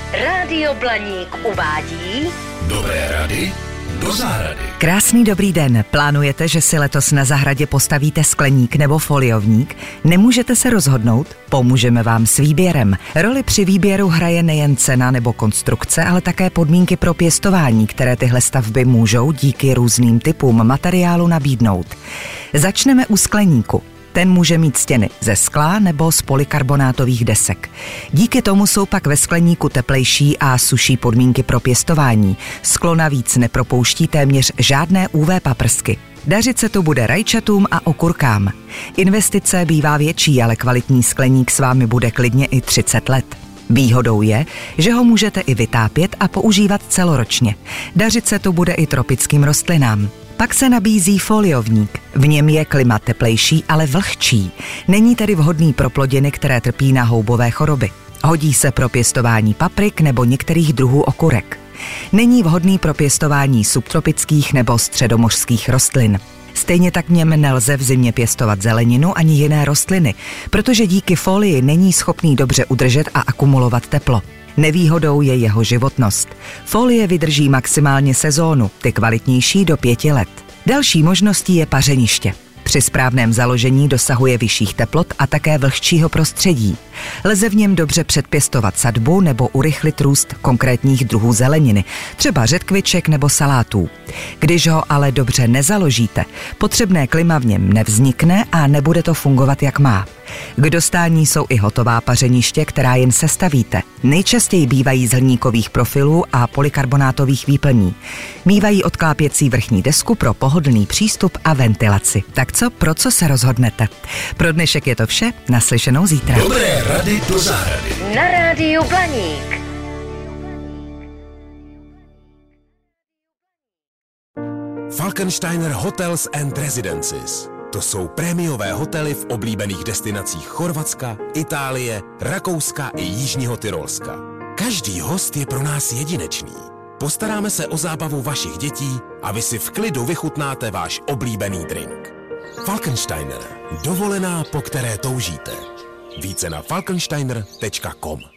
Rádio Blaník uvádí Dobré rady do zahrady. Krásný dobrý den. Plánujete, že si letos na zahradě postavíte skleník nebo foliovník? Nemůžete se rozhodnout? Pomůžeme vám s výběrem. Roli při výběru hraje nejen cena nebo konstrukce, ale také podmínky pro pěstování, které tyhle stavby můžou díky různým typům materiálu nabídnout. Začneme u skleníku. Ten může mít stěny ze skla nebo z polykarbonátových desek. Díky tomu jsou pak ve skleníku teplejší a suší podmínky pro pěstování. Sklo navíc nepropouští téměř žádné UV paprsky. Dařit se to bude rajčatům a okurkám. Investice bývá větší, ale kvalitní skleník s vámi bude klidně i 30 let. Výhodou je, že ho můžete i vytápět a používat celoročně. Dařit se to bude i tropickým rostlinám. Pak se nabízí foliovník. V něm je klima teplejší, ale vlhčí. Není tedy vhodný pro plodiny, které trpí na houbové choroby. Hodí se pro pěstování paprik nebo některých druhů okurek. Není vhodný pro pěstování subtropických nebo středomořských rostlin. Stejně tak v něm nelze v zimě pěstovat zeleninu ani jiné rostliny, protože díky folii není schopný dobře udržet a akumulovat teplo. Nevýhodou je jeho životnost. Folie vydrží maximálně sezónu, ty kvalitnější do 5 let. Další možností je pařeniště. Při správném založení dosahuje vyšších teplot a také vlhčího prostředí. Lze v něm dobře předpěstovat sadbu nebo urychlit růst konkrétních druhů zeleniny, třeba řetkviček nebo salátů. Když ho ale dobře nezaložíte, potřebné klima v něm nevznikne a nebude to fungovat jak má. K dostání jsou i hotová pařeniště, která jen sestavíte. Nejčastěji bývají z hliníkových profilů a polykarbonátových výplní. Mívají odklápěcí vrchní desku pro pohodlný přístup a ventilaci. Tak co, pro co se rozhodnete? Pro dnešek je to vše, naslyšenou zítra. Dobré rady do zahrady. na Rádiu Blaník. Falkensteiner Hotels and Residences. To jsou prémiové hotely v oblíbených destinacích Chorvatska, Itálie, Rakouska i Jižního Tyrolska. Každý host je pro nás jedinečný. Postaráme se o zábavu vašich dětí a vy si v klidu vychutnáte váš oblíbený drink. Falkensteiner. Dovolená, po které toužíte. Více na falkensteiner.com.